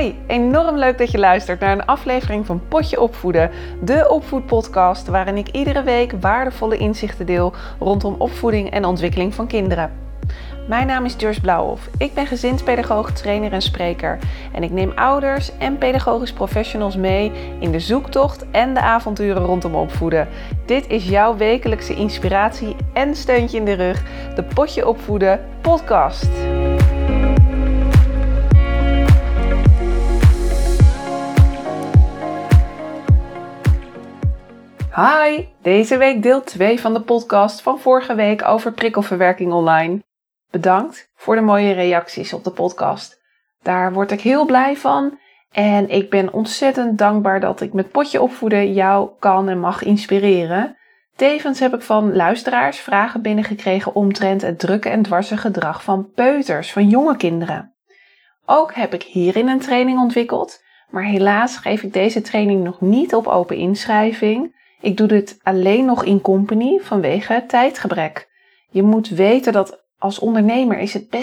Hoi, enorm leuk dat je luistert naar een aflevering van Potje Opvoeden, de opvoedpodcast waarin ik iedere week waardevolle inzichten deel rondom opvoeding en ontwikkeling van kinderen. Mijn naam is Joyce Blauwhof. Ik ben gezinspedagoog, trainer en spreker en ik neem ouders en pedagogisch professionals mee in de zoektocht en de avonturen rondom opvoeden. Dit is jouw wekelijkse inspiratie en steuntje in de rug, de Potje Opvoeden podcast. Hi, deze week deel 2 van de podcast van vorige week over prikkelverwerking online. Bedankt voor de mooie reacties op de podcast. Daar word ik heel blij van en ik ben ontzettend dankbaar dat ik met Potje Opvoeden jou kan en mag inspireren. Tevens heb ik van luisteraars vragen binnengekregen omtrent het drukke en dwarse gedrag van peuters, van jonge kinderen. Ook heb ik hierin een training ontwikkeld, maar helaas geef ik deze training nog niet op open inschrijving. Ik doe dit alleen nog in company vanwege tijdgebrek. Je moet weten dat als ondernemer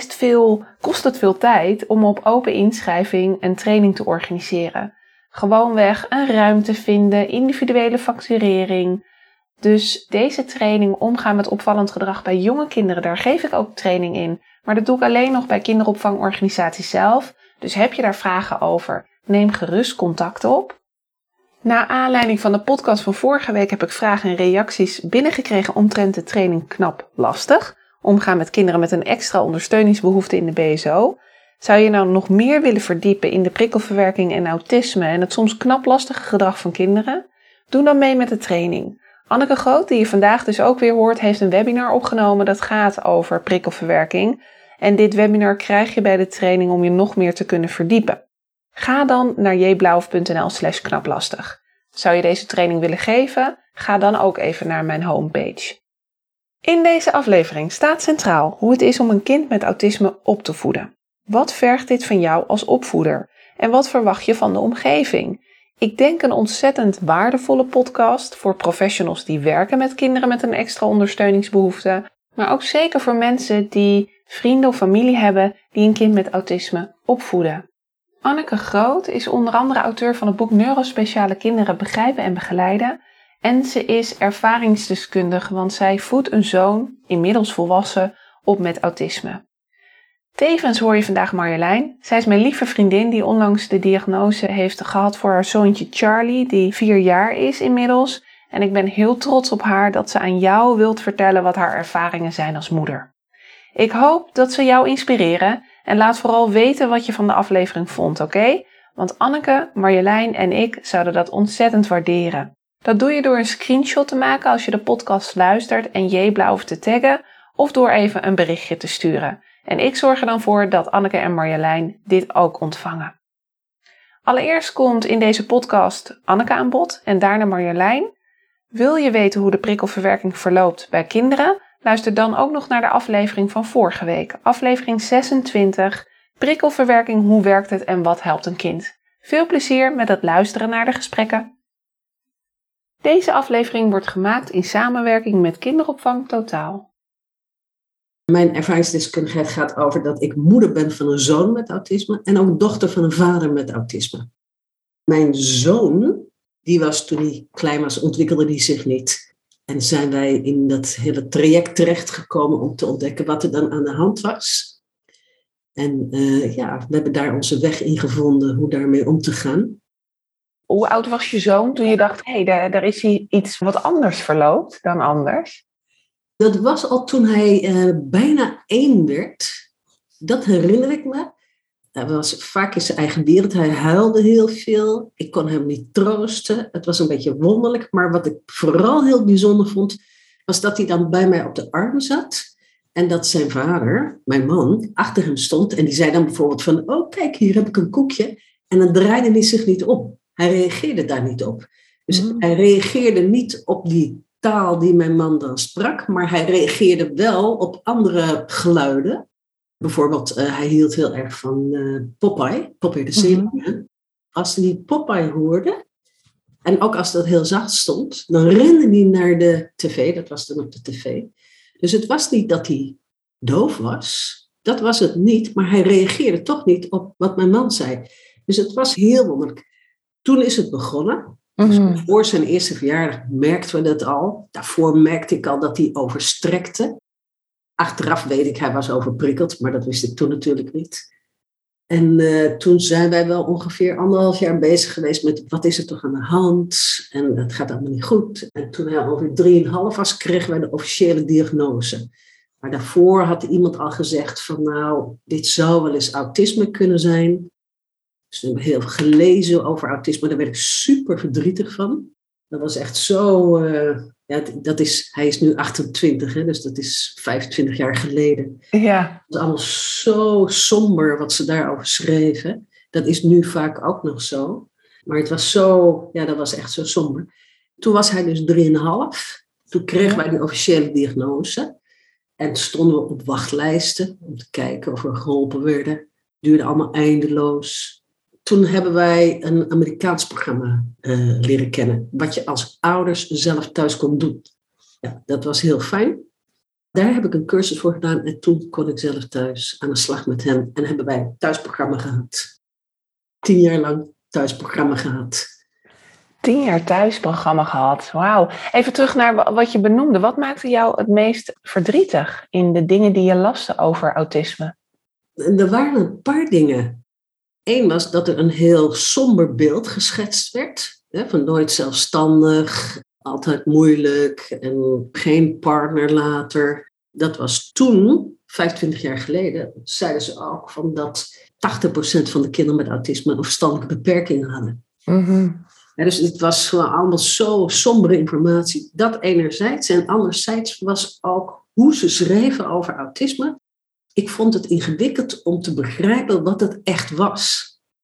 kost het veel tijd om op open inschrijving een training te organiseren. Gewoonweg een ruimte vinden, individuele facturering. Dus deze training omgaan met opvallend gedrag bij jonge kinderen, daar geef ik ook training in. Maar dat doe ik alleen nog bij kinderopvangorganisaties zelf. Dus heb je daar vragen over, neem gerust contact op. Na aanleiding van de podcast van vorige week heb ik vragen en reacties binnengekregen omtrent de training Knap Lastig. Omgaan met kinderen met een extra ondersteuningsbehoefte in de BSO. Zou je nou nog meer willen verdiepen in de prikkelverwerking en autisme en het soms knap lastige gedrag van kinderen? Doe dan mee met de training. Anneke Groot, die je vandaag dus ook weer hoort, heeft een webinar opgenomen dat gaat over prikkelverwerking. En dit webinar krijg je bij de training om je nog meer te kunnen verdiepen. Ga dan naar jblauwhof.nl/knaplastig. Zou je deze training willen geven? Ga dan ook even naar mijn homepage. In deze aflevering staat centraal hoe het is om een kind met autisme op te voeden. Wat vergt dit van jou als opvoeder? En wat verwacht je van de omgeving? Ik denk een ontzettend waardevolle podcast voor professionals die werken met kinderen met een extra ondersteuningsbehoefte, maar ook zeker voor mensen die vrienden of familie hebben die een kind met autisme opvoeden. Anneke Groot is onder andere auteur van het boek Neurospeciale kinderen begrijpen en begeleiden. En ze is ervaringsdeskundige, want zij voedt een zoon, inmiddels volwassen, op met autisme. Tevens hoor je vandaag Marjolein. Zij is mijn lieve vriendin die onlangs de diagnose heeft gehad voor haar zoontje Charlie, die 4 jaar is inmiddels. En ik ben heel trots op haar dat ze aan jou wilt vertellen wat haar ervaringen zijn als moeder. Ik hoop dat ze jou inspireren en laat vooral weten wat je van de aflevering vond, oké? Want Anneke, Marjolein en ik zouden dat ontzettend waarderen. Dat doe je door een screenshot te maken als je de podcast luistert en jblauwhof te taggen of door even een berichtje te sturen. En ik zorg er dan voor dat Anneke en Marjolein dit ook ontvangen. Allereerst komt in deze podcast Anneke aan bod en daarna Marjolein. Wil je weten hoe de prikkelverwerking verloopt bij kinderen? Luister dan ook nog naar de aflevering van vorige week, aflevering 26, prikkelverwerking, hoe werkt het en wat helpt een kind? Veel plezier met het luisteren naar de gesprekken. Deze aflevering wordt gemaakt in samenwerking met Kinderopvang Totaal. Mijn ervaringsdeskundigheid gaat over dat ik moeder ben van een zoon met autisme en ook dochter van een vader met autisme. Mijn zoon, die was toen hij klein was, ontwikkelde die zich niet. En zijn wij in dat hele traject terechtgekomen om te ontdekken wat er dan aan de hand was. En we hebben daar onze weg in gevonden hoe daarmee om te gaan. Hoe oud was je zoon toen je dacht, daar is iets wat anders verloopt dan anders? Dat was al toen hij bijna 1 werd. Dat herinner ik me. Hij was vaak in zijn eigen wereld. Hij huilde heel veel. Ik kon hem niet troosten. Het was een beetje wonderlijk. Maar wat ik vooral heel bijzonder vond, was dat hij dan bij mij op de arm zat. En dat zijn vader, mijn man, achter hem stond. En die zei dan bijvoorbeeld van, oh kijk, hier heb ik een koekje. En dan draaide hij zich niet om. Hij reageerde daar niet op. Dus hij reageerde niet op die taal die mijn man dan sprak. Maar hij reageerde wel op andere geluiden. Bijvoorbeeld, hij hield heel erg van Popeye de Zeeman. Als hij Popeye hoorde, en ook als dat heel zacht stond, dan rende hij naar de tv. Dat was dan op de tv. Dus het was niet dat hij doof was. Dat was het niet, maar hij reageerde toch niet op wat mijn man zei. Dus het was heel wonderlijk. Toen is het begonnen. Dus voor zijn eerste verjaardag merkten we dat al. Daarvoor merkte ik al dat hij overstrekte. Achteraf weet ik, hij was overprikkeld, maar dat wist ik toen natuurlijk niet. En toen zijn wij wel ongeveer 1,5 jaar bezig geweest met wat is er toch aan de hand? En het gaat allemaal niet goed. En toen hij ongeveer 3,5 was, kregen wij de officiële diagnose. Maar daarvoor had iemand al gezegd van nou, dit zou wel eens autisme kunnen zijn. Dus we hebben heel veel gelezen over autisme. Daar werd ik super verdrietig van. Dat was echt zo... hij is nu 28, hè, dus dat is 25 jaar geleden. Ja. Het was allemaal zo somber wat ze daarover schreven. Dat is nu vaak ook nog zo. Maar het was dat was echt zo somber. Toen was hij dus 3,5. Toen kregen wij die officiële diagnose. En stonden we op wachtlijsten om te kijken of we geholpen werden. Het duurde allemaal eindeloos. Toen hebben wij een Amerikaans programma leren kennen. Wat je als ouders zelf thuis kon doen. Ja, dat was heel fijn. Daar heb ik een cursus voor gedaan. En toen kon ik zelf thuis aan de slag met hem. En hebben wij een thuisprogramma gehad. 10 jaar lang thuisprogramma gehad. 10 jaar thuisprogramma gehad. Wauw. Even terug naar wat je benoemde. Wat maakte jou het meest verdrietig in de dingen die je las over autisme? Er waren een paar dingen. Eén was dat er een heel somber beeld geschetst werd. Van nooit zelfstandig, altijd moeilijk en geen partner later. Dat was toen, 25 jaar geleden, zeiden ze ook van dat 80% van de kinderen met autisme een verstandelijke beperking hadden. Mm-hmm. Ja, dus het was gewoon allemaal zo sombere informatie. Dat enerzijds. En anderzijds was ook hoe ze schreven over autisme. Ik vond het ingewikkeld om te begrijpen wat het echt was.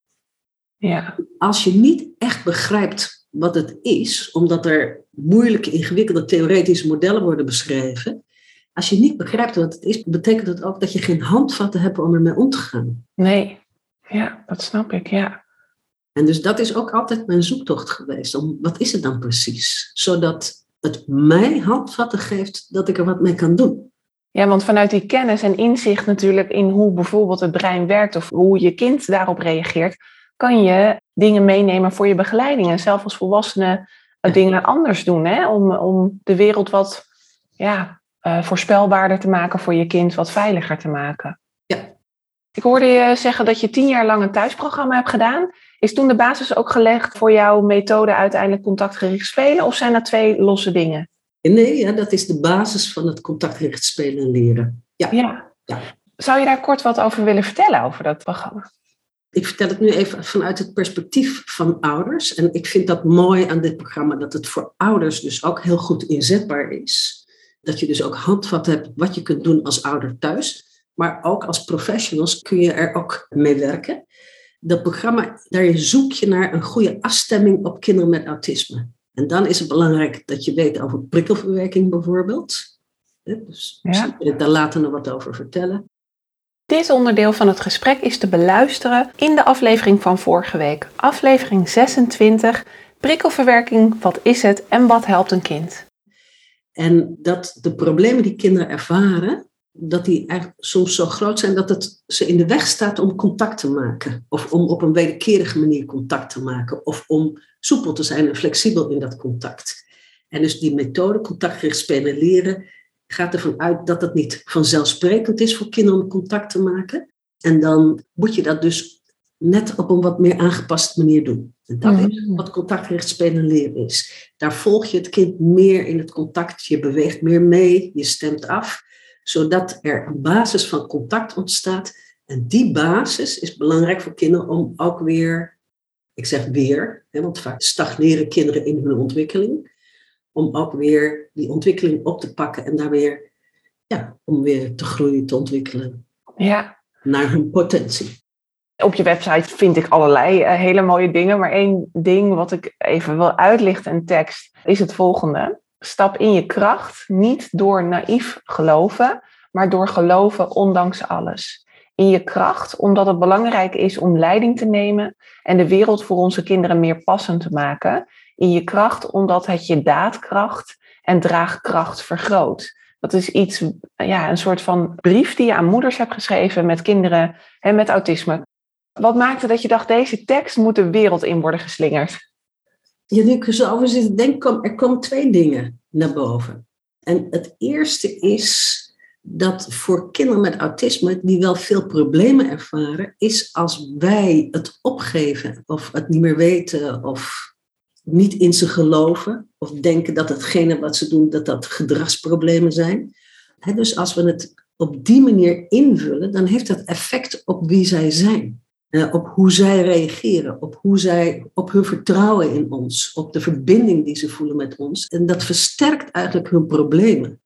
Ja. Als je niet echt begrijpt wat het is, omdat er moeilijke, ingewikkelde theoretische modellen worden beschreven. Als je niet begrijpt wat het is, betekent dat ook dat je geen handvatten hebt om ermee om te gaan. Nee, ja, dat snap ik, ja. En dus dat is ook altijd mijn zoektocht geweest. Wat is het dan precies? Zodat het mij handvatten geeft dat ik er wat mee kan doen. Ja, want vanuit die kennis en inzicht natuurlijk in hoe bijvoorbeeld het brein werkt of hoe je kind daarop reageert, kan je dingen meenemen voor je begeleiding. En zelf als volwassene dingen anders doen. Hè? Om de wereld wat voorspelbaarder te maken voor je kind, wat veiliger te maken. Ja. Ik hoorde je zeggen dat je 10 jaar lang een thuisprogramma hebt gedaan. Is toen de basis ook gelegd voor jouw methode uiteindelijk contactgericht spelen? Of zijn dat 2 losse dingen? Nee, ja, dat is de basis van het contactgericht spelen en leren. Ja. Zou je daar kort wat over willen vertellen, over dat programma? Ik vertel het nu even vanuit het perspectief van ouders. En ik vind dat mooi aan dit programma, dat het voor ouders dus ook heel goed inzetbaar is. Dat je dus ook handvat hebt wat je kunt doen als ouder thuis. Maar ook als professionals kun je er ook mee werken. Dat programma, daar zoek je naar een goede afstemming op kinderen met autisme. En dan is het belangrijk dat je weet over prikkelverwerking bijvoorbeeld. Dus misschien wil ik daar later nog wat over vertellen. Dit onderdeel van het gesprek is te beluisteren in de aflevering van vorige week. Aflevering 26, prikkelverwerking, wat is het en wat helpt een kind? En dat de problemen die kinderen ervaren, dat die eigenlijk soms zo groot zijn dat het ze in de weg staat om contact te maken. Of om op een wederkerige manier contact te maken. Of om soepel te zijn en flexibel in dat contact. En dus die methode, contactgericht spelen en leren, gaat ervan uit dat het niet vanzelfsprekend is voor kinderen om contact te maken. En dan moet je dat dus net op een wat meer aangepaste manier doen. En dat is wat contactgericht spelen en leren is. Daar volg je het kind meer in het contact. Je beweegt meer mee, je stemt af. Zodat er een basis van contact ontstaat. En die basis is belangrijk voor kinderen om ook weer, ik zeg weer, want vaak stagneren kinderen in hun ontwikkeling. Om ook weer die ontwikkeling op te pakken en daar weer, om weer te groeien, te ontwikkelen. Ja. Naar hun potentie. Op je website vind ik allerlei hele mooie dingen. Maar 1 ding wat ik even wil uitlichten in tekst is het volgende. Stap in je kracht, niet door naïef geloven, maar door geloven ondanks alles. In je kracht, omdat het belangrijk is om leiding te nemen en de wereld voor onze kinderen meer passend te maken. In je kracht, omdat het je daadkracht en draagkracht vergroot. Dat is iets, een soort van brief die je aan moeders hebt geschreven met kinderen met autisme. Wat maakte dat je dacht, deze tekst moet de wereld in worden geslingerd? Ja, nu ik er zo over zit te denken, er komen 2 dingen naar boven. En het eerste is dat voor kinderen met autisme, die wel veel problemen ervaren, is als wij het opgeven of het niet meer weten of niet in ze geloven of denken dat hetgene wat ze doen, dat gedragsproblemen zijn. Dus als we het op die manier invullen, dan heeft dat effect op wie zij zijn. Op hoe zij reageren, op hun vertrouwen in ons, op de verbinding die ze voelen met ons. En dat versterkt eigenlijk hun problemen.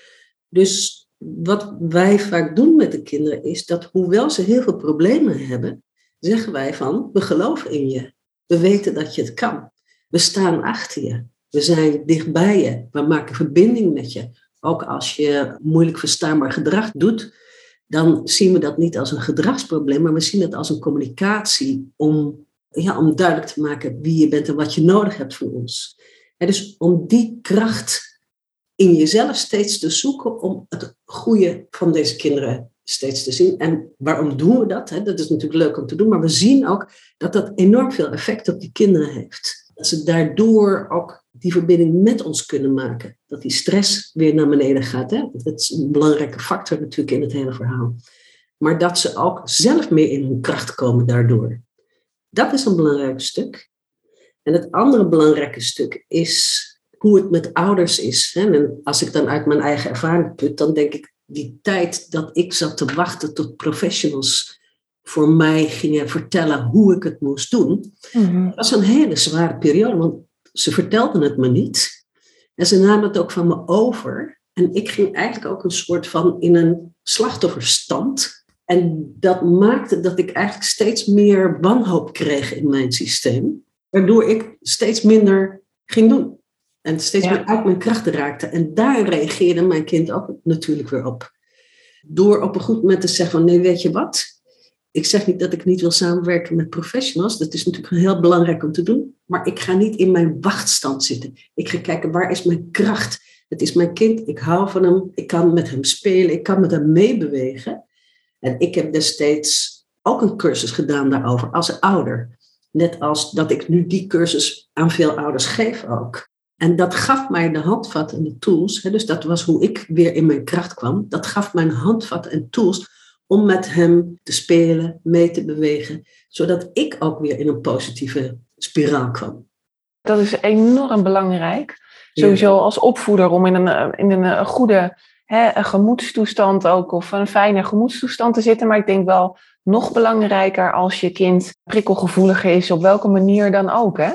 Dus wat wij vaak doen met de kinderen is dat, hoewel ze heel veel problemen hebben, zeggen wij van, we geloven in je. We weten dat je het kan. We staan achter je. We zijn dichtbij je. We maken verbinding met je. Ook als je moeilijk verstaanbaar gedrag doet, dan zien we dat niet als een gedragsprobleem, maar we zien het als een communicatie om duidelijk te maken wie je bent en wat je nodig hebt van ons. Dus om die kracht in jezelf steeds te zoeken, om het goede van deze kinderen steeds te zien. En waarom doen we dat? Dat is natuurlijk leuk om te doen, maar we zien ook dat dat enorm veel effect op die kinderen heeft. Dat ze daardoor ook die verbinding met ons kunnen maken. Dat die stress weer naar beneden gaat. Dat is een belangrijke factor natuurlijk in het hele verhaal. Maar dat ze ook zelf meer in hun kracht komen daardoor. Dat is een belangrijk stuk. En het andere belangrijke stuk is hoe het met ouders is. En als ik dan uit mijn eigen ervaring put, dan denk ik, die tijd dat ik zat te wachten tot professionals voor mij gingen vertellen hoe ik het moest doen, dat was een hele zware periode, want ze vertelden het me niet. En ze namen het ook van me over. En ik ging eigenlijk ook een soort van in een slachtofferstand. En dat maakte dat ik eigenlijk steeds meer wanhoop kreeg in mijn systeem. Waardoor ik steeds minder ging doen. En steeds meer uit mijn krachten raakte. En daar reageerde mijn kind ook natuurlijk weer op. Door op een goed moment te zeggen van, nee, weet je wat? Ik zeg niet dat ik niet wil samenwerken met professionals. Dat is natuurlijk heel belangrijk om te doen. Maar ik ga niet in mijn wachtstand zitten. Ik ga kijken, waar is mijn kracht? Het is mijn kind, ik hou van hem. Ik kan met hem spelen, ik kan met hem meebewegen. En ik heb destijds ook een cursus gedaan daarover als ouder. Net als dat ik nu die cursus aan veel ouders geef ook. En dat gaf mij de handvat en de tools. Dus dat was hoe ik weer in mijn kracht kwam. Dat gaf mij een handvat en tools om met hem te spelen, mee te bewegen. Zodat ik ook weer in een positieve spiraal kwam. Dat is enorm belangrijk. Sowieso als opvoeder om in een goede gemoedstoestand ook, of een fijne gemoedstoestand te zitten. Maar ik denk wel nog belangrijker als je kind prikkelgevoeliger is, op welke manier dan ook, hè?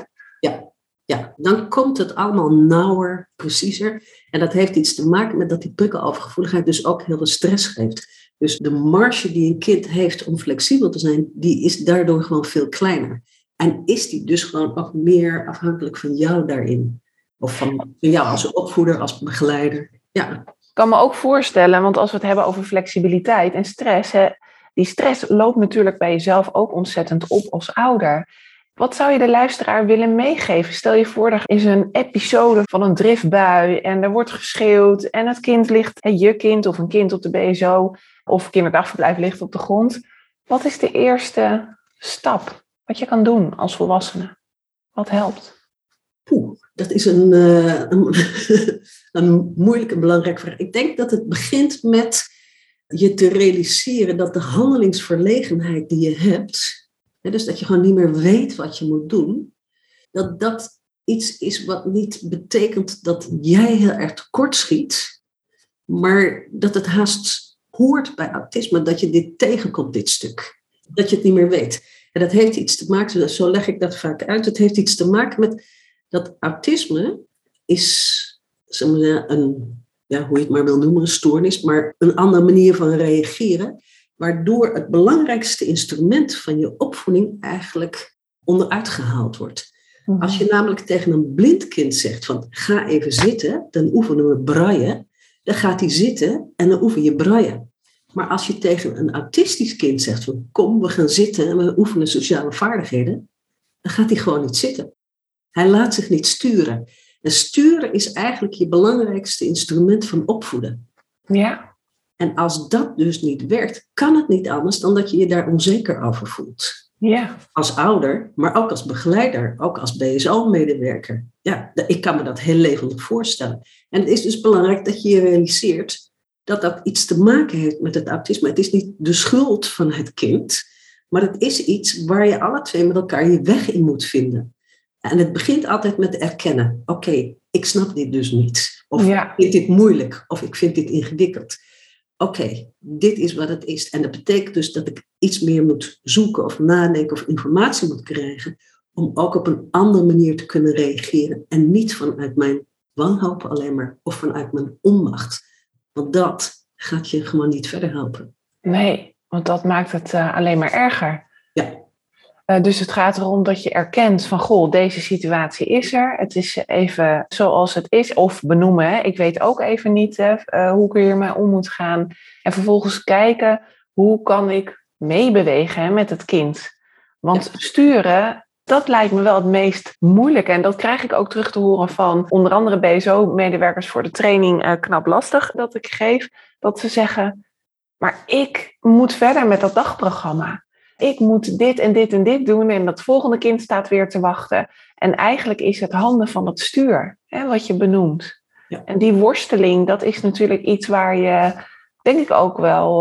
Ja, dan komt het allemaal nauwer, preciezer. En dat heeft iets te maken met dat die prikkelovergevoeligheid dus ook heel veel stress geeft. Dus de marge die een kind heeft om flexibel te zijn, die is daardoor gewoon veel kleiner. En is die dus gewoon ook meer afhankelijk van jou daarin. Of van jou als opvoeder, als begeleider. Ja. Ik kan me ook voorstellen, want als we het hebben over flexibiliteit en stress, die stress loopt natuurlijk bij jezelf ook ontzettend op als ouder. Wat zou je de luisteraar willen meegeven? Stel je voor, er is een episode van een driftbui en er wordt geschreeuwd en het kind ligt, je kind of een kind op de BSO of kinderdagverblijf ligt op de grond. Wat is de eerste stap wat je kan doen als volwassene? Wat helpt? Dat is een moeilijke en belangrijke vraag. Ik denk dat het begint met je te realiseren dat de handelingsverlegenheid die je hebt, dus dat je gewoon niet meer weet wat je moet doen, dat iets is wat niet betekent dat jij heel erg tekortschiet, maar dat het haast hoort bij autisme dat je dit tegenkomt, dit stuk. Dat je het niet meer weet. En dat heeft iets te maken, zo leg ik dat vaak uit, het heeft iets te maken met dat autisme is hoe je het maar wil noemen, een stoornis, maar een andere manier van reageren, waardoor het belangrijkste instrument van je opvoeding eigenlijk onderuit gehaald wordt. Als je namelijk tegen een blind kind zegt van ga even zitten, dan oefenen we braille, dan gaat hij zitten en dan oefen je braille. Maar als je tegen een autistisch kind zegt van kom, we gaan zitten en we oefenen sociale vaardigheden, dan gaat hij gewoon niet zitten. Hij laat zich niet sturen. En sturen is eigenlijk je belangrijkste instrument van opvoeden. Ja. En als dat dus niet werkt, kan het niet anders dan dat je je daar onzeker over voelt. Ja. Als ouder, maar ook als begeleider, ook als BSO-medewerker. Ja, ik kan me dat heel levendig voorstellen. En het is dus belangrijk dat je je realiseert dat dat iets te maken heeft met het autisme. Het is niet de schuld van het kind, maar het is iets waar je alle twee met elkaar je weg in moet vinden. En het begint altijd met erkennen. Oké, ik snap dit dus niet. Of ik vind dit moeilijk, of ik vind dit ingewikkeld. Oké, dit is wat het is. En dat betekent dus dat ik iets meer moet zoeken of nadenken of informatie moet krijgen om ook op een andere manier te kunnen reageren. En niet vanuit mijn wanhoop alleen maar of vanuit mijn onmacht. Want dat gaat je gewoon niet verder helpen. Nee, want dat maakt het alleen maar erger. Ja. Dus het gaat erom dat je erkent van, goh, deze situatie is er. Het is even zoals het is. Of benoemen, hè. Ik weet ook even niet hoe ik hiermee om moet gaan. En vervolgens kijken, hoe kan ik meebewegen met het kind? Want sturen, dat lijkt me wel het meest moeilijke. En dat krijg ik ook terug te horen van onder andere BSO-medewerkers voor de training Knap Lastig dat ik geef. Dat ze zeggen, maar ik moet verder met dat dagprogramma. Ik moet dit en dit en dit doen en dat volgende kind staat weer te wachten. En eigenlijk is het handen van het stuur, hè, wat je benoemt. Ja. En die worsteling, dat is natuurlijk iets waar je, denk ik, ook wel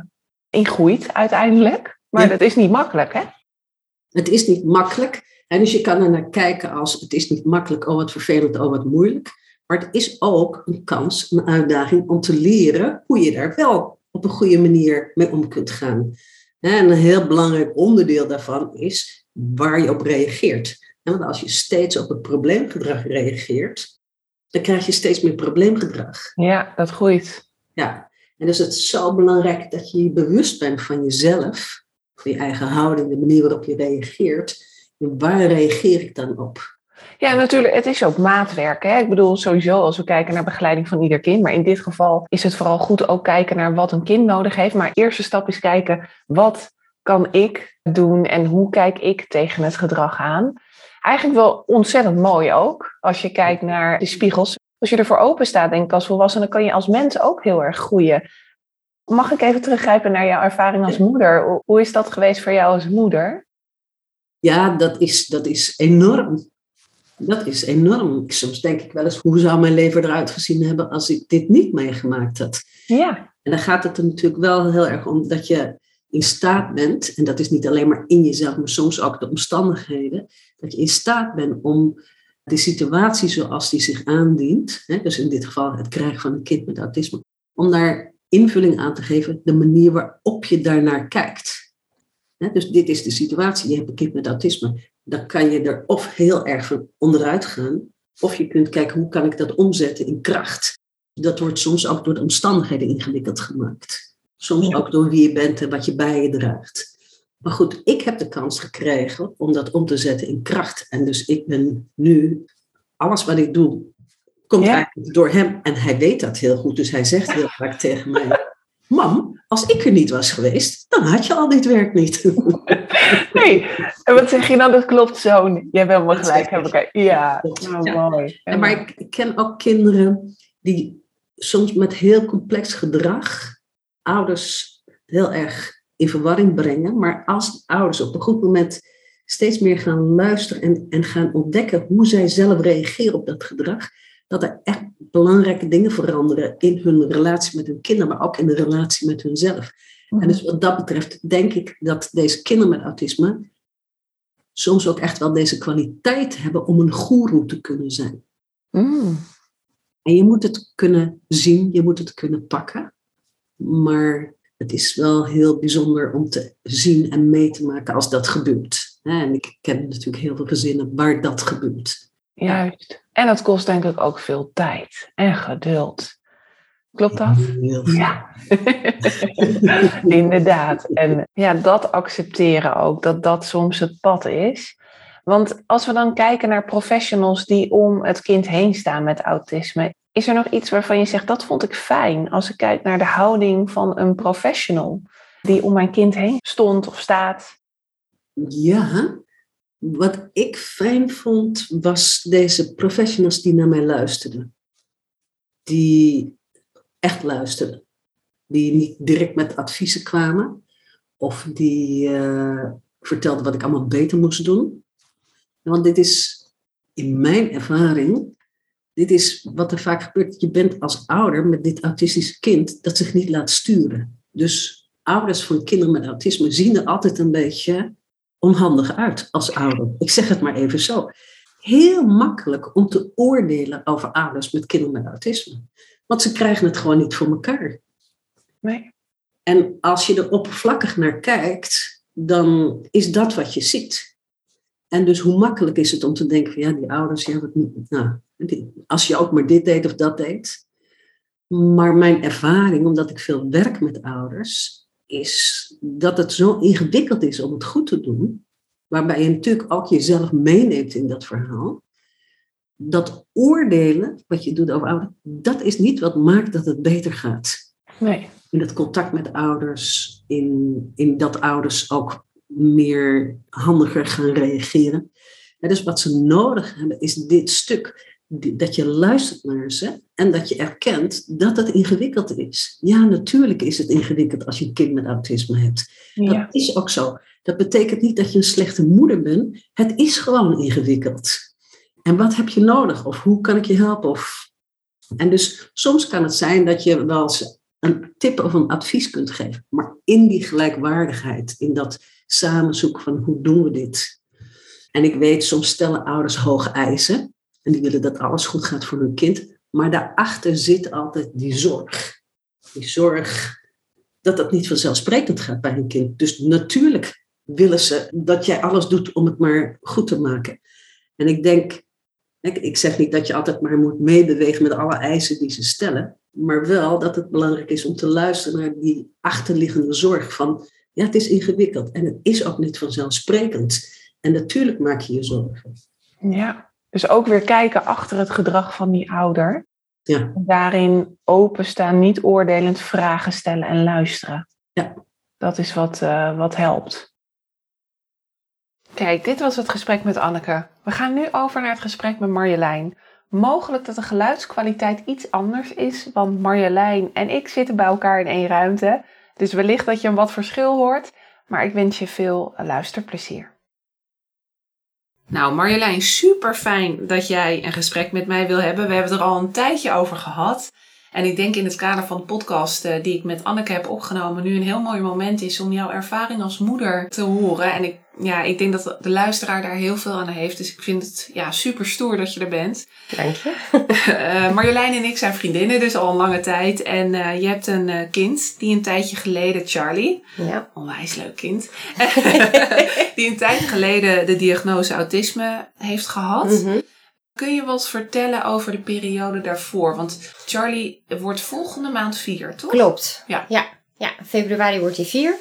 in groeit uiteindelijk. Maar dat is niet makkelijk, hè? Het is niet makkelijk. En dus je kan er naar kijken als het is niet makkelijk, oh wat vervelend, oh wat moeilijk. Maar het is ook een kans, een uitdaging om te leren hoe je daar wel op een goede manier mee om kunt gaan. En een heel belangrijk onderdeel daarvan is waar je op reageert. Want als je steeds op het probleemgedrag reageert, dan krijg je steeds meer probleemgedrag. Ja, dat groeit. Ja, en dus het is zo belangrijk dat je je bewust bent van jezelf, van je eigen houding, de manier waarop je reageert. En waar reageer ik dan op? Ja, natuurlijk, het is ook maatwerk. Hè? Ik bedoel, sowieso als we kijken naar begeleiding van ieder kind. Maar in dit geval is het vooral goed ook kijken naar wat een kind nodig heeft. Maar eerste stap is kijken, wat kan ik doen en hoe kijk ik tegen het gedrag aan? Eigenlijk wel ontzettend mooi ook, als je kijkt naar de spiegels. Als je ervoor open staat, denk ik, als volwassene, kan je als mens ook heel erg groeien. Mag ik even teruggrijpen naar jouw ervaring als moeder? Hoe is dat geweest voor jou als moeder? Ja, dat is enorm. Dat is enorm. Soms denk ik wel eens, hoe zou mijn leven eruit gezien hebben als ik dit niet meegemaakt had? Ja. En dan gaat het er natuurlijk wel heel erg om dat je in staat bent, en dat is niet alleen maar in jezelf, maar soms ook de omstandigheden, dat je in staat bent om de situatie zoals die zich aandient, dus in dit geval het krijgen van een kind met autisme, om daar invulling aan te geven, de manier waarop je daarnaar kijkt. Dus dit is de situatie, je hebt een kind met autisme. Dan kan je er of heel erg van onderuit gaan, of je kunt kijken hoe kan ik dat omzetten in kracht. Dat wordt soms ook door de omstandigheden ingewikkeld gemaakt. Soms ook door wie je bent en wat je bij je draagt. Maar goed, ik heb de kans gekregen om dat om te zetten in kracht. En dus ik ben nu, alles wat ik doe, komt eigenlijk door hem. En hij weet dat heel goed, dus hij zegt heel vaak tegen mij, mam, als ik er niet was geweest, dan had je al dit werk niet. Nee, en wat zeg je dan? Dat klopt zo. Jij bent wel gelijk. Ja, mooi. Ja, maar ik ken ook kinderen die soms met heel complex gedrag ouders heel erg in verwarring brengen. Maar als ouders op een goed moment steeds meer gaan luisteren en gaan ontdekken hoe zij zelf reageren op dat gedrag, dat er echt belangrijke dingen veranderen in hun relatie met hun kinderen, maar ook in de relatie met hunzelf. En dus wat dat betreft denk ik dat deze kinderen met autisme soms ook echt wel deze kwaliteit hebben om een goeroe te kunnen zijn. En je moet het kunnen zien, je moet het kunnen pakken. Maar het is wel heel bijzonder om te zien en mee te maken als dat gebeurt. En ik ken natuurlijk heel veel gezinnen waar dat gebeurt. Juist. En het kost denk ik ook veel tijd en geduld. Klopt dat? Ja. Inderdaad. En ja, dat accepteren ook, dat dat soms het pad is. Want als we dan kijken naar professionals die om het kind heen staan met autisme, is er nog iets waarvan je zegt, dat vond ik fijn als ik kijk naar de houding van een professional die om mijn kind heen stond of staat? Ja, wat ik fijn vond was deze professionals die naar mij luisterden. Die echt luisterden. Die niet direct met adviezen kwamen. Of die vertelde wat ik allemaal beter moest doen. Want dit is, in mijn ervaring, dit is wat er vaak gebeurt. Je bent als ouder met dit autistische kind dat zich niet laat sturen. Dus ouders van kinderen met autisme zien er altijd een beetje onhandig uit als ouder. Ik zeg het maar even zo. Heel makkelijk om te oordelen over ouders met kinderen met autisme. Want ze krijgen het gewoon niet voor elkaar. Nee. En als je er oppervlakkig naar kijkt, dan is dat wat je ziet. En dus hoe makkelijk is het om te denken van ja, die ouders, ja, als je ook maar dit deed of dat deed. Maar mijn ervaring, omdat ik veel werk met ouders, is dat het zo ingewikkeld is om het goed te doen. Waarbij je natuurlijk ook jezelf meeneemt in dat verhaal. Dat oordelen, wat je doet over ouders, dat is niet wat maakt dat het beter gaat. Nee. In het contact met ouders, in dat ouders ook meer handiger gaan reageren. Ja, dus wat ze nodig hebben is dit stuk. Dat je luistert naar ze en dat je erkent dat het ingewikkeld is. Ja, natuurlijk is het ingewikkeld als je een kind met autisme hebt. Ja. Dat is ook zo. Dat betekent niet dat je een slechte moeder bent. Het is gewoon ingewikkeld. En wat heb je nodig? Of hoe kan ik je helpen? En dus soms kan het zijn dat je wel eens een tip of een advies kunt geven. Maar in die gelijkwaardigheid, in dat samenzoeken van hoe doen we dit? En ik weet, soms stellen ouders hoge eisen. En die willen dat alles goed gaat voor hun kind. Maar daarachter zit altijd die zorg. Die zorg dat het niet vanzelfsprekend gaat bij hun kind. Dus natuurlijk willen ze dat jij alles doet om het maar goed te maken. En ik denk, ik zeg niet dat je altijd maar moet meebewegen met alle eisen die ze stellen. Maar wel dat het belangrijk is om te luisteren naar die achterliggende zorg van, ja, het is ingewikkeld. En het is ook niet vanzelfsprekend. En natuurlijk maak je je zorgen. Ja. Dus ook weer kijken achter het gedrag van die ouder. Ja. Daarin openstaan, niet oordelend vragen stellen en luisteren. Ja. Dat is wat helpt. Kijk, dit was het gesprek met Anneke. We gaan nu over naar het gesprek met Marjolein. Mogelijk dat de geluidskwaliteit iets anders is, want Marjolein en ik zitten bij elkaar in één ruimte. Dus wellicht dat je een wat verschil hoort, maar ik wens je veel luisterplezier. Nou Marjolein, super fijn dat jij een gesprek met mij wil hebben. We hebben het er al een tijdje over gehad. En ik denk in het kader van de podcast die ik met Anneke heb opgenomen, nu een heel mooi moment is om jouw ervaring als moeder te horen. En ik denk dat de luisteraar daar heel veel aan heeft. Dus ik vind het super stoer dat je er bent. Dank je. Marjolein en ik zijn vriendinnen, dus al een lange tijd. En je hebt een kind die een tijdje geleden, Charlie, onwijs leuk kind, die een tijd geleden de diagnose autisme heeft gehad. Mm-hmm. Kun je wat vertellen over de periode daarvoor? Want Charlie wordt volgende maand 4, toch? Klopt. Ja, februari wordt hij 4.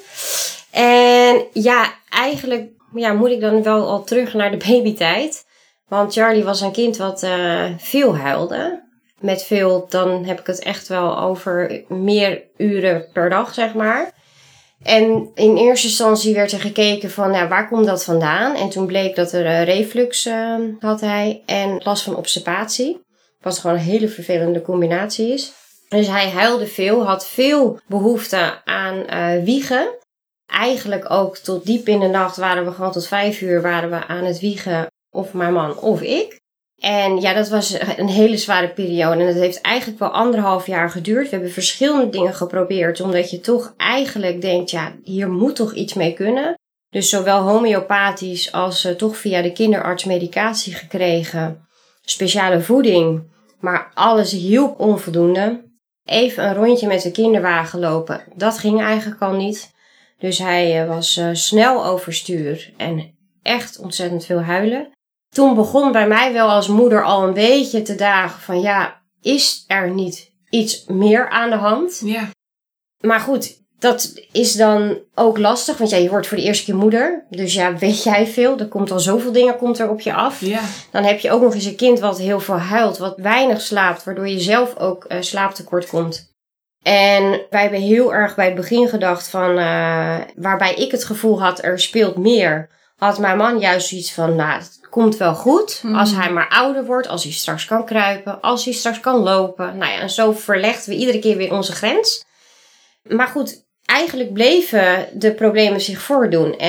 En eigenlijk moet ik dan wel al terug naar de babytijd. Want Charlie was een kind wat veel huilde. Met veel, dan heb ik het echt wel over meer uren per dag, zeg maar. En in eerste instantie werd er gekeken van, waar komt dat vandaan? En toen bleek dat er reflux had hij en last van obstipatie. Wat gewoon een hele vervelende combinatie is. Dus hij huilde veel, had veel behoefte aan wiegen. Eigenlijk ook tot diep in de nacht waren we gewoon tot 5 uur aan het wiegen. Of mijn man of ik. En dat was een hele zware periode. En dat heeft eigenlijk wel 1,5 jaar geduurd. We hebben verschillende dingen geprobeerd. Omdat je toch eigenlijk denkt, hier moet toch iets mee kunnen. Dus zowel homeopathisch als toch via de kinderarts medicatie gekregen. Speciale voeding. Maar alles hielp onvoldoende. Even een rondje met de kinderwagen lopen. Dat ging eigenlijk al niet. Dus hij was snel overstuur. En echt ontzettend veel huilen. Toen begon bij mij wel als moeder al een beetje te dagen van is er niet iets meer aan de hand? Ja. Maar goed, dat is dan ook lastig, want je wordt voor de eerste keer moeder. Dus weet jij veel, er komt al zoveel dingen op je af. Ja. Dan heb je ook nog eens een kind wat heel veel huilt, wat weinig slaapt, waardoor je zelf ook slaaptekort komt. En wij hebben heel erg bij het begin gedacht van, waarbij ik het gevoel had, er speelt meer, had mijn man juist zoiets van, het komt wel goed. Als hij maar ouder wordt, als hij straks kan kruipen, als hij straks kan lopen. En zo verlegden we iedere keer weer onze grens. Maar goed, eigenlijk bleven de problemen zich voordoen. En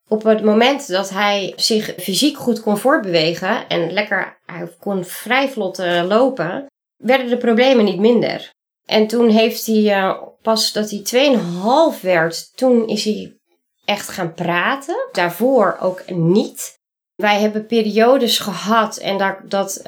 Op het moment dat hij zich fysiek goed kon voortbewegen en hij kon vrij vlot lopen, werden de problemen niet minder. En toen heeft hij, pas dat hij 2,5 werd, toen is hij echt gaan praten. Daarvoor ook niet. Wij hebben periodes gehad en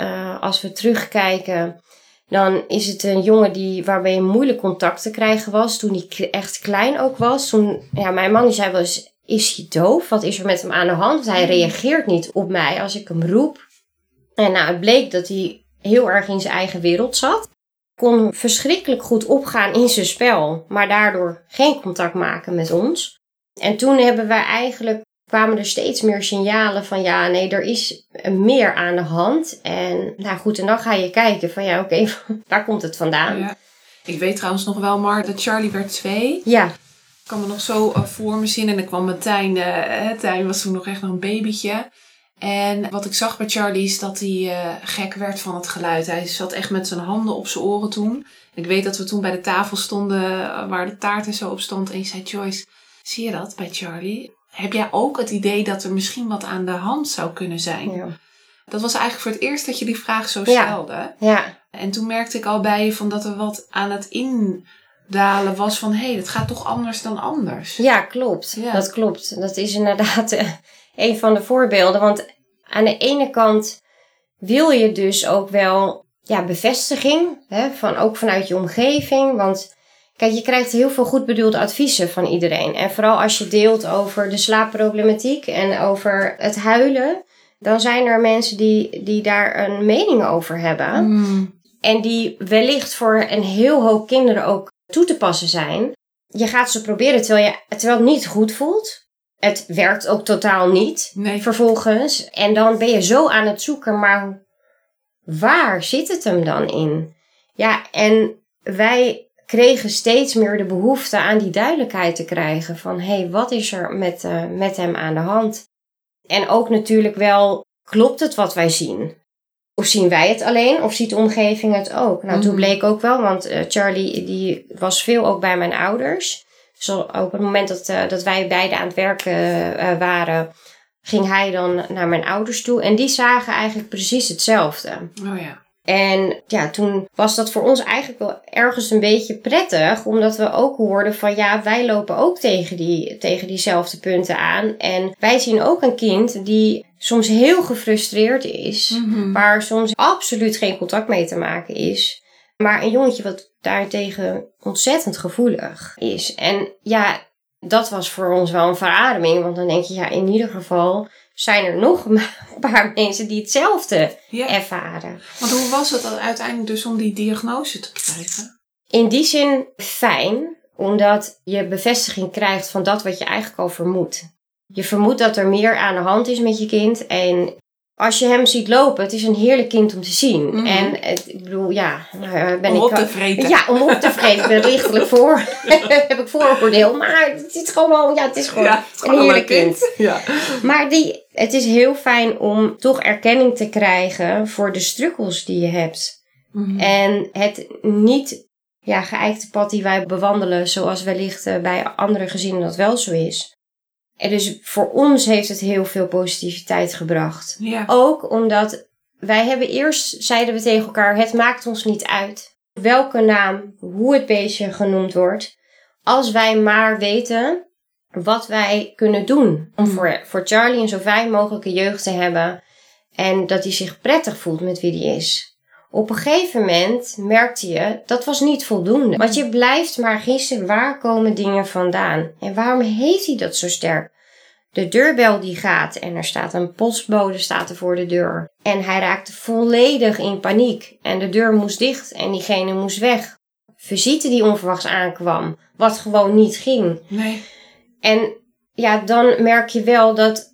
als we terugkijken, dan is het een jongen waarbij moeilijk contact te krijgen was. Toen hij echt klein ook was. Mijn man die zei wel eens, is hij doof? Wat is er met hem aan de hand? Want hij reageert niet op mij als ik hem roep. En het bleek dat hij heel erg in zijn eigen wereld zat. Kon verschrikkelijk goed opgaan in zijn spel, maar daardoor geen contact maken met ons. En toen kwamen er steeds meer signalen van er is meer aan de hand. En en dan ga je kijken van oké, waar komt het vandaan? Ja. Ik weet trouwens nog wel, Mar, dat Charlie werd 2. Ja. Ik kan me nog zo voor me zien. En dan kwam Martijn. Tijn was toen nog echt nog een babytje. En wat ik zag bij Charlie is dat hij gek werd van het geluid. Hij zat echt met zijn handen op zijn oren toen. Ik weet dat we toen bij de tafel stonden waar de taart en zo op stond. En je zei, Joyce, zie je dat bij Charlie? Heb jij ook het idee dat er misschien wat aan de hand zou kunnen zijn? Ja. Dat was eigenlijk voor het eerst dat je die vraag zo stelde. Ja. En toen merkte ik al bij je van dat er wat aan het indalen was van het gaat toch anders dan anders. Ja, klopt. Ja. Dat klopt. Dat is inderdaad een van de voorbeelden. Want aan de ene kant wil je dus ook wel bevestiging, ook vanuit je omgeving. Want kijk, je krijgt heel veel goed bedoelde adviezen van iedereen. En vooral als je deelt over de slaapproblematiek en over het huilen, dan zijn er mensen die daar een mening over hebben. En die wellicht voor een heel hoop kinderen ook toe te passen zijn. Je gaat ze proberen terwijl het niet goed voelt. Het werkt ook totaal niet vervolgens. En dan ben je zo aan het zoeken, maar waar zit het hem dan in? Ja, en wij kregen steeds meer de behoefte aan die duidelijkheid te krijgen van wat is er met hem aan de hand? En ook natuurlijk wel, klopt het wat wij zien? Of zien wij het alleen of ziet de omgeving het ook? Toen bleek ook wel, want Charlie die was veel ook bij mijn ouders. Dus op het moment dat wij beiden aan het werken waren, ging hij dan naar mijn ouders toe. En die zagen eigenlijk precies hetzelfde. Oh ja. En toen was dat voor ons eigenlijk wel ergens een beetje prettig. Omdat we ook hoorden van wij lopen ook tegen diezelfde punten aan. En wij zien ook een kind die soms heel gefrustreerd is. Waar soms absoluut geen contact mee te maken is. Maar een jongetje wat daartegen ontzettend gevoelig is. En dat was voor ons wel een verademing. Want dan denk je, in ieder geval zijn er nog een paar mensen die hetzelfde ervaren. Want hoe was het dan uiteindelijk dus om die diagnose te krijgen? In die zin fijn, omdat je bevestiging krijgt van dat wat je eigenlijk al vermoedt. Je vermoedt dat er meer aan de hand is met je kind. En als je hem ziet lopen, het is een heerlijk kind om te zien. En ik bedoel, ben om op te vreten. Ja, om op te vreten. Ik ben er lichtelijk heb ik vooroordeel. Maar het is gewoon, een heerlijk kind. Ja. Maar het is heel fijn om toch erkenning te krijgen voor de struggles die je hebt. En het niet geëikte pad die wij bewandelen, zoals wellicht bij andere gezinnen dat wel zo is. En dus voor ons heeft het heel veel positiviteit gebracht. Ja. Ook omdat wij hebben eerst, zeiden we tegen elkaar, het maakt ons niet uit welke naam, hoe het beestje genoemd wordt. Als wij maar weten wat wij kunnen doen om voor Charlie een zo fijn mogelijke jeugd te hebben. En dat hij zich prettig voelt met wie hij is. Op een gegeven moment merkte je, dat was niet voldoende. Want je blijft maar gissen, waar komen dingen vandaan? En waarom heeft hij dat zo sterk? De deurbel die gaat en er staat een postbode staat er voor de deur. En hij raakte volledig in paniek. En de deur moest dicht en diegene moest weg. Visite die onverwachts aankwam, wat gewoon niet ging. Nee. En dan merk je wel dat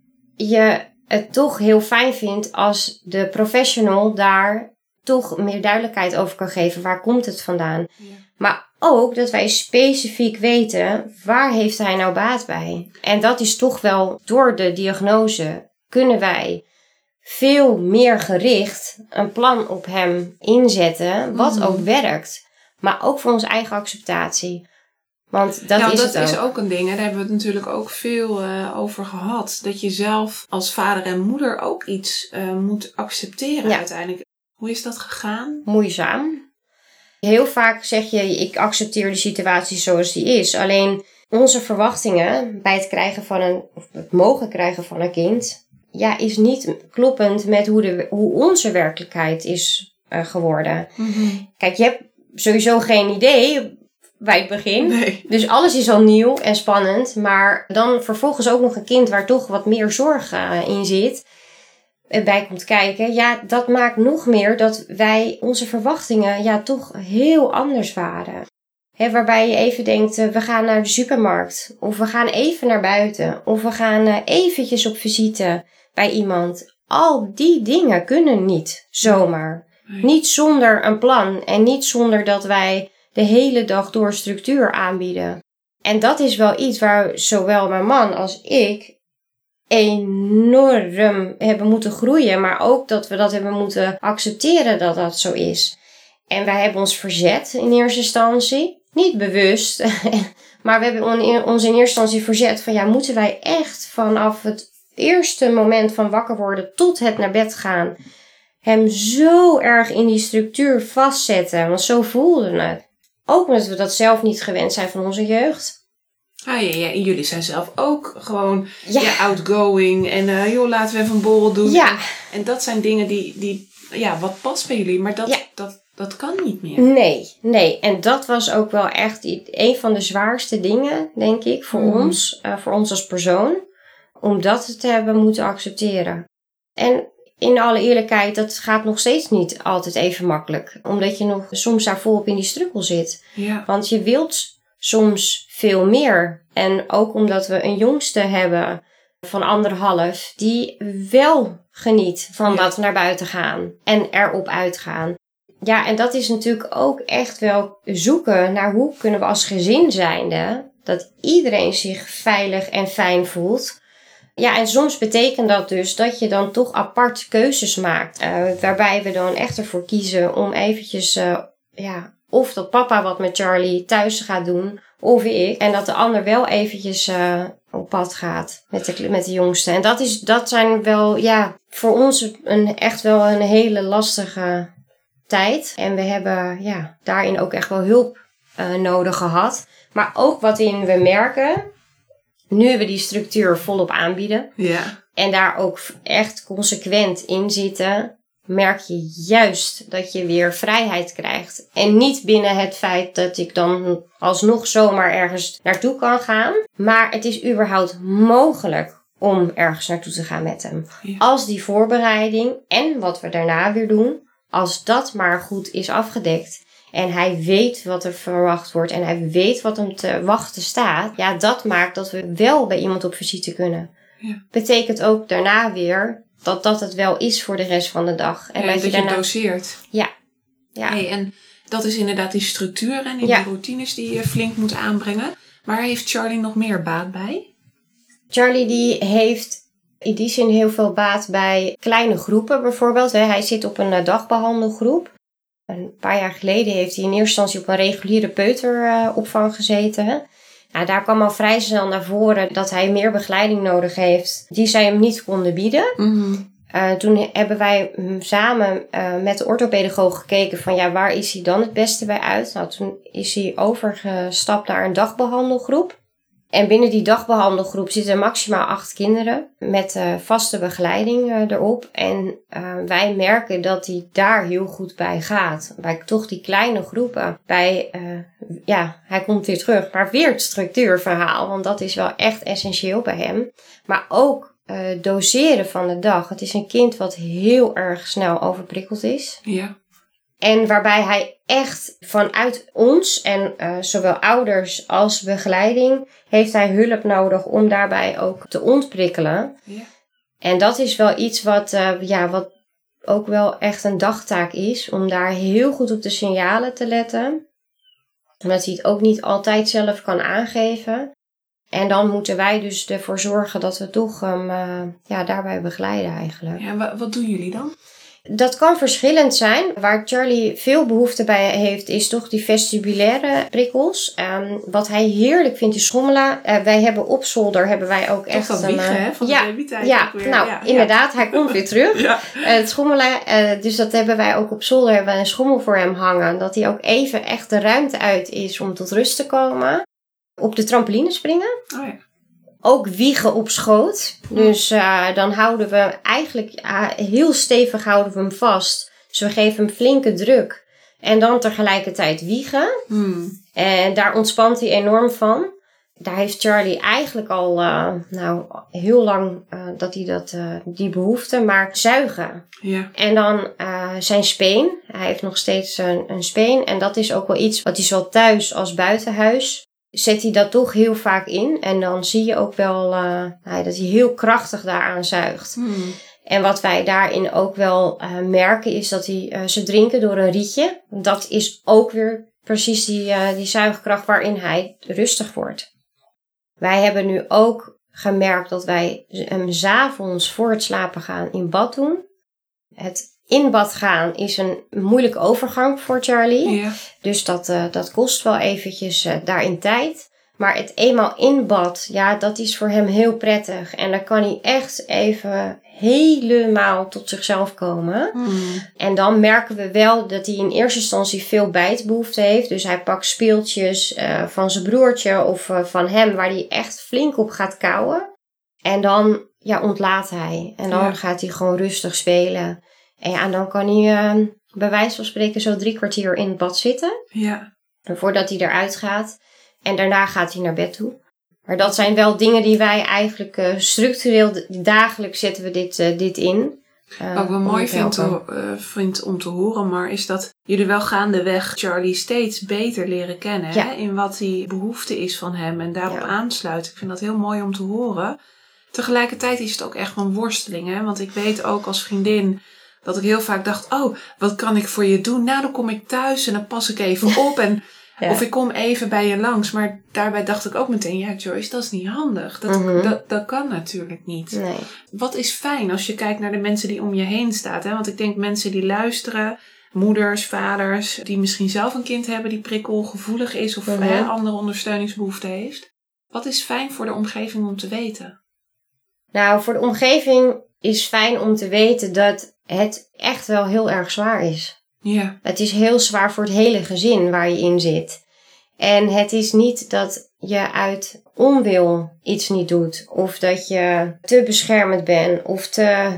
je het toch heel fijn vindt als de professional daar toch meer duidelijkheid over kan geven. Waar komt het vandaan? Ja. Maar ook dat wij specifiek weten, waar heeft hij nou baat bij? En dat is toch wel, door de diagnose kunnen wij veel meer gericht een plan op hem inzetten, wat ook werkt. Maar ook voor onze eigen acceptatie. Want dat is het ook. Dat is ook een ding. En daar hebben we het natuurlijk ook veel over gehad. Dat je zelf als vader en moeder ook iets moet accepteren uiteindelijk. Hoe is dat gegaan? Moeizaam. Heel vaak zeg je, ik accepteer de situatie zoals die is. Alleen onze verwachtingen bij het mogen krijgen van een kind, is niet kloppend met hoe onze werkelijkheid is geworden. Mm-hmm. Kijk, je hebt sowieso geen idee bij het begin. Nee. Dus alles is al nieuw en spannend. Maar dan vervolgens ook nog een kind waar toch wat meer zorg in zit, bij komt kijken. Ja, dat maakt nog meer dat wij onze verwachtingen toch heel anders waren. Waarbij je even denkt, we gaan naar de supermarkt. Of we gaan even naar buiten. Of we gaan eventjes op visite bij iemand. Al die dingen kunnen niet zomaar. Nee. Niet zonder een plan. En niet zonder dat wij de hele dag door structuur aanbieden. En dat is wel iets waar zowel mijn man als ik enorm hebben moeten groeien. Maar ook dat we dat hebben moeten accepteren dat dat zo is. En wij hebben ons verzet in eerste instantie. Niet bewust. Maar we hebben ons in eerste instantie verzet van moeten wij echt vanaf het eerste moment van wakker worden tot het naar bed gaan hem zo erg in die structuur vastzetten. Want zo voelde het. Ook omdat we dat zelf niet gewend zijn van onze jeugd. Ja, en jullie zijn zelf ook gewoon outgoing. En laten we even een borrel doen. Ja. En dat zijn dingen die wat past bij jullie. Maar dat kan niet meer. Nee. En dat was ook wel echt een van de zwaarste dingen, denk ik, voor ons. Voor ons als persoon. Om dat te hebben moeten accepteren. En in alle eerlijkheid, dat gaat nog steeds niet altijd even makkelijk. Omdat je nog soms daar volop in die strukkel zit. Ja. Want je wilt soms veel meer. En ook omdat we een jongste hebben van 1,5... die wel geniet van dat naar buiten gaan. En erop uitgaan. Ja, en dat is natuurlijk ook echt wel zoeken naar hoe kunnen we als gezin zijnde, dat iedereen zich veilig en fijn voelt. Ja, en soms betekent dat dus dat je dan toch apart keuzes maakt. Waarbij we dan echt ervoor kiezen om eventjes, of dat papa wat met Charlie thuis gaat doen, of ik. En dat de ander wel eventjes op pad gaat met de jongste. En dat zijn wel, voor ons echt wel een hele lastige tijd. En we hebben daarin ook echt wel hulp nodig gehad. Maar ook wat we merken, nu we die structuur volop aanbieden. Ja. En daar ook echt consequent in zitten, merk je juist dat je weer vrijheid krijgt. En niet binnen het feit dat ik dan alsnog zomaar ergens naartoe kan gaan. Maar het is überhaupt mogelijk om ergens naartoe te gaan met hem. Ja. Als die voorbereiding en wat we daarna weer doen, als dat maar goed is afgedekt. En hij weet wat er verwacht wordt. En hij weet wat hem te wachten staat. Ja, dat maakt dat we wel bij iemand op visite kunnen. Ja. Betekent ook daarna weer dat het wel is voor de rest van de dag. En dat je daarna doseert. Ja. Hey, en dat is inderdaad die structuur en die routines die je flink moet aanbrengen. Maar heeft Charlie nog meer baat bij? Charlie die heeft in die zin heel veel baat bij kleine groepen bijvoorbeeld. Hij zit op een dagbehandelgroep. Een paar jaar geleden heeft hij in eerste instantie op een reguliere peuteropvang gezeten. Nou, daar kwam al vrij snel naar voren dat hij meer begeleiding nodig heeft die zij hem niet konden bieden. Mm-hmm. Toen hebben wij samen met de orthopedagoog gekeken van waar is hij dan het beste bij uit. Nou, toen is hij overgestapt naar een dagbehandelgroep. En binnen die dagbehandelgroep zitten maximaal 8 kinderen met vaste begeleiding erop. En wij merken dat hij daar heel goed bij gaat. Bij toch die kleine groepen. Hij komt weer terug. Maar weer het structuurverhaal. Want dat is wel echt essentieel bij hem. Maar ook doseren van de dag. Het is een kind wat heel erg snel overprikkeld is. Ja. En waarbij hij echt vanuit ons en zowel ouders als begeleiding heeft hij hulp nodig om daarbij ook te ontprikkelen. Ja. En dat is wel iets wat ook wel echt een dagtaak is. Om daar heel goed op de signalen te letten. Omdat hij het ook niet altijd zelf kan aangeven. En dan moeten wij dus ervoor zorgen dat we toch hem daarbij begeleiden eigenlijk. Ja, wat doen jullie dan? Dat kan verschillend zijn. Waar Charlie veel behoefte bij heeft, is toch die vestibulaire prikkels. Wat hij heerlijk vindt is schommelen. Wij hebben op zolder ook toch echt dat wiegen, hè? Van de babytijd ja, ook weer. nou, inderdaad. Hij komt weer terug. Ja. Het schommelen. Dus dat hebben wij ook op zolder. Hebben wij een schommel voor hem hangen. Dat hij ook even echt de ruimte uit is om tot rust te komen. Op de trampoline springen. Oh ja. Ook wiegen op schoot. Dus dan houden we eigenlijk heel stevig houden we hem vast. Dus we geven hem flinke druk. En dan tegelijkertijd wiegen. En daar ontspant hij enorm van. Daar heeft Charlie eigenlijk al heel lang dat hij die behoefte. Maar zuigen. Ja. En dan zijn speen. Hij heeft nog steeds een speen. En dat is ook wel iets wat hij zowel thuis als buitenhuis zet hij dat toch heel vaak in. En dan zie je ook wel dat hij heel krachtig daaraan zuigt. En wat wij daarin ook wel merken is dat ze drinken door een rietje. Dat is ook weer precies die zuigkracht waarin hij rustig wordt. Wij hebben nu ook gemerkt dat wij hem 's avonds voor het slapen gaan in bad doen. Het in bad gaan is een moeilijke overgang voor Charlie. Ja. Dus dat kost wel eventjes daarin tijd. Maar het eenmaal in bad, ja, dat is voor hem heel prettig. En dan kan hij echt even helemaal tot zichzelf komen. En dan merken we wel dat hij in eerste instantie veel bijtbehoefte heeft. Dus hij pakt speeltjes van zijn broertje of van hem waar hij echt flink op gaat kauwen. En dan ontlaat hij. En dan gaat hij gewoon rustig spelen. En dan kan hij bij wijze van spreken zo 3 kwartier in het bad zitten. Ja. Voordat hij eruit gaat. En daarna gaat hij naar bed toe. Maar dat zijn wel dingen die wij eigenlijk structureel dagelijks zetten we dit in. Wat ik wel mooi vind om te horen, maar is dat jullie wel gaandeweg Charlie steeds beter leren kennen. Ja. Hè? In wat die behoefte is van hem en daarop aansluiten. Ik vind dat heel mooi om te horen. Tegelijkertijd is het ook echt een worsteling. Hè? Want ik weet ook als vriendin dat ik heel vaak dacht, wat kan ik voor je doen? Nou, dan kom ik thuis en dan pas ik even op en of ik kom even bij je langs. Maar daarbij dacht ik ook meteen, Joyce, dat is niet handig. Dat kan natuurlijk niet. Nee. Wat is fijn als je kijkt naar de mensen die om je heen staan. Hè? Want ik denk mensen die luisteren, moeders, vaders, die misschien zelf een kind hebben die prikkelgevoelig is of andere ondersteuningsbehoeften heeft. Wat is fijn voor de omgeving om te weten? Nou, voor de omgeving is fijn om te weten dat het echt wel heel erg zwaar is. Ja. Het is heel zwaar voor het hele gezin waar je in zit. En het is niet dat je uit onwil iets niet doet. Of dat je te beschermend bent. Of te,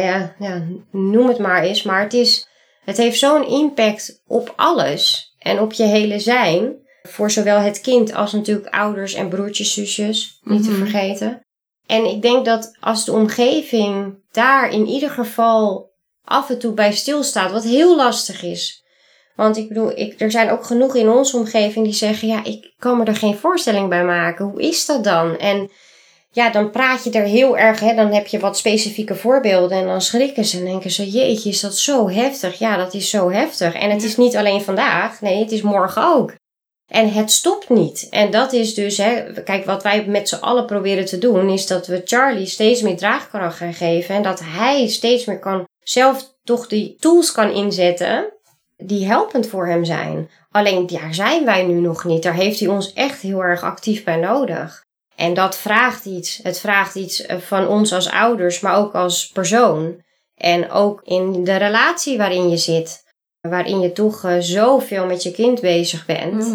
noem het maar eens. Maar het heeft zo'n impact op alles. En op je hele zijn. Voor zowel het kind als natuurlijk ouders en broertjes, zusjes. Niet te vergeten. En ik denk dat als de omgeving daar in ieder geval af en toe bij stilstaat, wat heel lastig is. Want ik bedoel, er zijn ook genoeg in onze omgeving die zeggen, ik kan me er geen voorstelling bij maken. Hoe is dat dan? En dan praat je er heel erg, dan heb je wat specifieke voorbeelden en dan schrikken ze en denken ze, jeetje, is dat zo heftig? Ja, dat is zo heftig. En het is niet alleen vandaag, nee, het is morgen ook. En het stopt niet. En dat is dus, kijk, wat wij met z'n allen proberen te doen, is dat we Charlie steeds meer draagkracht gaan geven. En dat hij steeds meer zelf toch die tools kan inzetten die helpend voor hem zijn. Alleen, daar zijn wij nu nog niet. Daar heeft hij ons echt heel erg actief bij nodig. En dat vraagt iets. Het vraagt iets van ons als ouders, maar ook als persoon. En ook in de relatie waarin je zit. Waarin je toch zoveel met je kind bezig bent.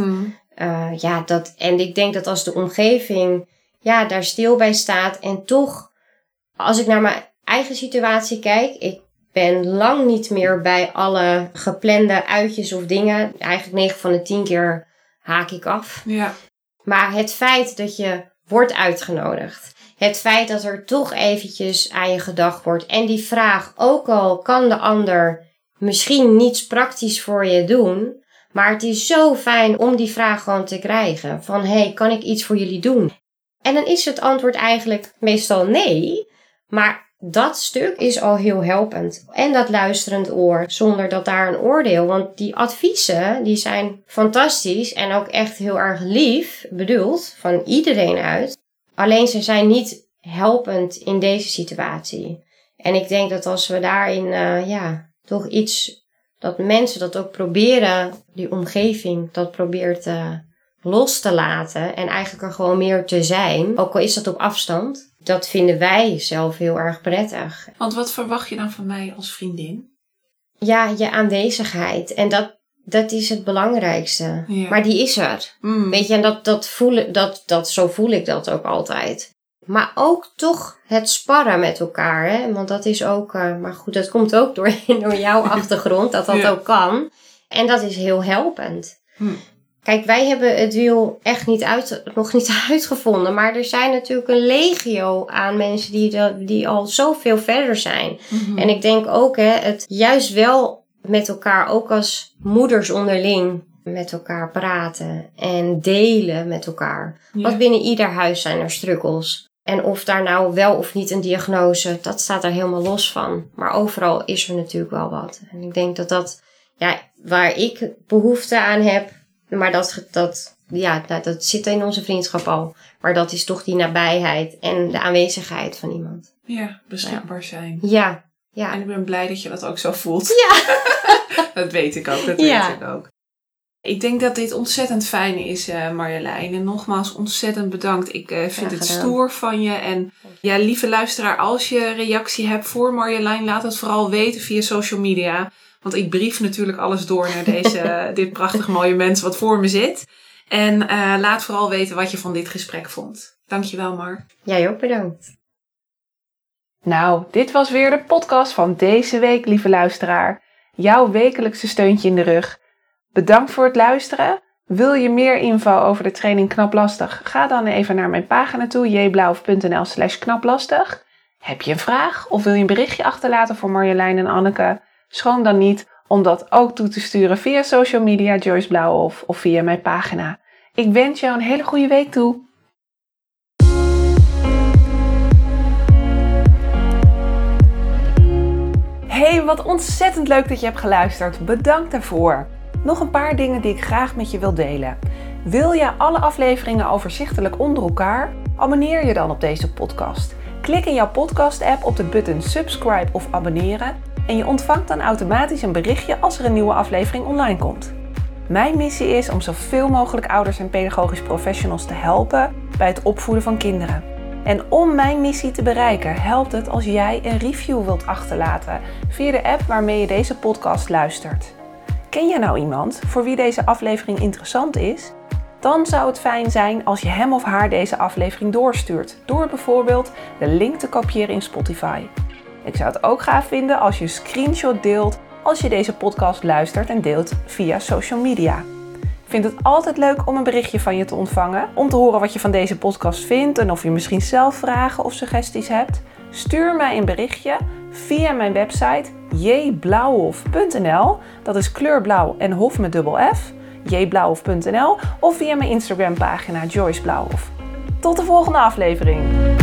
En ik denk dat als de omgeving daar stil bij staat. En toch, als ik naar mijn eigen situatie kijk. Ik ben lang niet meer bij alle geplande uitjes of dingen. Eigenlijk 9 van de 10 keer haak ik af. Ja. Maar het feit dat je wordt uitgenodigd. Het feit dat er toch eventjes aan je gedacht wordt. En die vraag, ook al kan de ander misschien niets praktisch voor je doen. Maar het is zo fijn om die vraag gewoon te krijgen. Van, kan ik iets voor jullie doen? En dan is het antwoord eigenlijk meestal nee. Maar dat stuk is al heel helpend. En dat luisterend oor, zonder dat daar een oordeel. Want die adviezen, die zijn fantastisch en ook echt heel erg lief bedoeld. Van iedereen uit. Alleen ze zijn niet helpend in deze situatie. En ik denk dat als we daarin, toch iets dat mensen dat ook proberen, die omgeving, dat probeert los te laten. En eigenlijk er gewoon meer te zijn. Ook al is dat op afstand. Dat vinden wij zelf heel erg prettig. Want wat verwacht je dan van mij als vriendin? Ja, je aanwezigheid. En dat is het belangrijkste. Ja. Maar die is er. Weet je, en zo voel ik dat ook altijd. Maar ook toch het sparren met elkaar. Hè? Want dat is ook... maar goed, dat komt ook door jouw achtergrond. Dat Ja. ook kan. En dat is heel helpend. Kijk, wij hebben het wiel echt nog niet uitgevonden. Maar er zijn natuurlijk een legio aan mensen die al zoveel verder zijn. En ik denk ook, het juist wel met elkaar, ook als moeders onderling, met elkaar praten en delen met elkaar. Ja. Want binnen ieder huis zijn er struggles. En of daar nou wel of niet een diagnose, dat staat er helemaal los van. Maar overal is er natuurlijk wel wat. En ik denk dat waar ik behoefte aan heb, maar dat zit in onze vriendschap al. Maar dat is toch die nabijheid en de aanwezigheid van iemand. Ja, beschikbaar zijn. Ja. En ik ben blij dat je dat ook zo voelt. Ja. Dat weet ik ook, weet ik ook. Ik denk dat dit ontzettend fijn is, Marjolein. En nogmaals, ontzettend bedankt. Ik vind het stoer van je. En ja, lieve luisteraar, als je reactie hebt voor Marjolein, laat het vooral weten via social media. Want ik brief natuurlijk alles door naar dit prachtig mooie mens wat voor me zit. En laat vooral weten wat je van dit gesprek vond. Dankjewel, Mar. Jij ook bedankt. Nou, dit was weer de podcast van deze week, lieve luisteraar. Jouw wekelijkse steuntje in de rug. Bedankt voor het luisteren. Wil je meer info over de training Knaplastig? Ga dan even naar mijn pagina toe, jblauw.nl/knaplastig. Heb je een vraag of wil je een berichtje achterlaten voor Marjolein en Anneke? Schroom dan niet om dat ook toe te sturen via social media Joyce Blauwhof of via mijn pagina. Ik wens jou een hele goede week toe. Hey, wat ontzettend leuk dat je hebt geluisterd. Bedankt daarvoor. Nog een paar dingen die ik graag met je wil delen. Wil je alle afleveringen overzichtelijk onder elkaar? Abonneer je dan op deze podcast. Klik in jouw podcast-app op de button subscribe of abonneren en je ontvangt dan automatisch een berichtje als er een nieuwe aflevering online komt. Mijn missie is om zoveel mogelijk ouders en pedagogisch professionals te helpen bij het opvoeden van kinderen. En om mijn missie te bereiken helpt het als jij een review wilt achterlaten via de app waarmee je deze podcast luistert. Ken je nou iemand voor wie deze aflevering interessant is? Dan zou het fijn zijn als je hem of haar deze aflevering doorstuurt, door bijvoorbeeld de link te kopiëren in Spotify. Ik zou het ook gaaf vinden als je een screenshot deelt als je deze podcast luistert en deelt via social media. Ik vind het altijd leuk om een berichtje van je te ontvangen, om te horen wat je van deze podcast vindt en of je misschien zelf vragen of suggesties hebt. Stuur mij een berichtje via mijn website jblauwhof.nl, dat is kleurblauw en hof met dubbel F, jblauwhof.nl, of via mijn Instagram pagina Joyce Blauwhof. Tot de volgende aflevering!